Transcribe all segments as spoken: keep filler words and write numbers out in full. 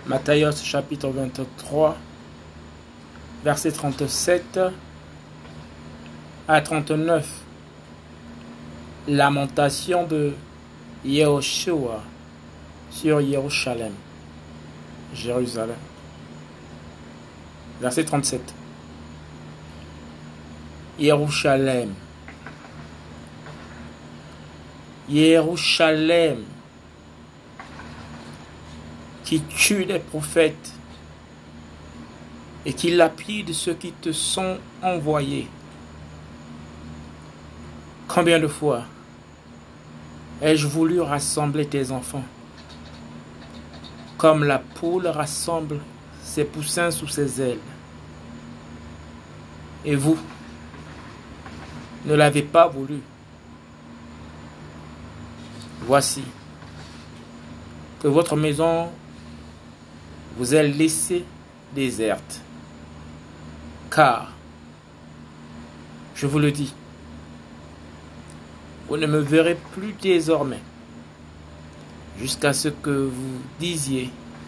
Matthieu chapitre vingt-trois, verset trente-sept à trente-neuf. Lamentation de Yehoshua sur Jérusalem. Jérusalem. Verset trente-sept. Jérusalem. Jérusalem, qui tue les prophètes et qui lapide ceux qui te sont envoyés. Combien de fois ai-je voulu rassembler tes enfants, comme la poule rassemble ses poussins sous ses ailes. Et vous ne l'avez pas voulu. Voici que votre maison vous est laissée déserte, car, je vous le dis, vous ne me verrez plus désormais, jusqu'à ce que vous disiez,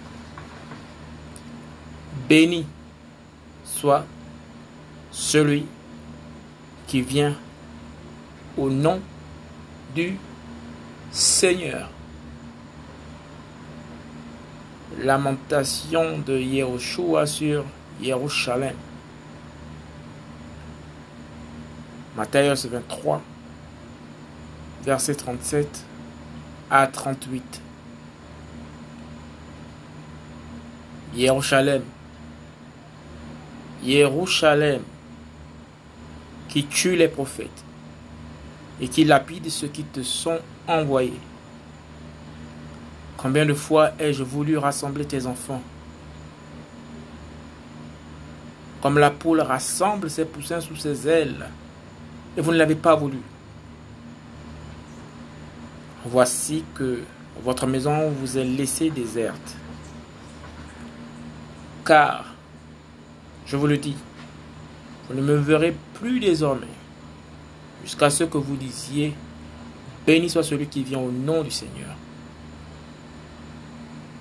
béni soit celui qui vient au nom du Seigneur. Lamentation de Yehoshua sur Jérusalem. Matthieu vingt-trois, verset trente-sept à trente-huit. Jérusalem, Jérusalem, qui tue les prophètes et qui lapide ceux qui te sont envoyés. Combien de fois ai-je voulu rassembler tes enfants, comme la poule rassemble ses poussins sous ses ailes, et vous ne l'avez pas voulu. Voici que votre maison vous est laissée déserte, car, je vous le dis, vous ne me verrez plus désormais, jusqu'à ce que vous disiez, béni soit celui qui vient au nom du Seigneur.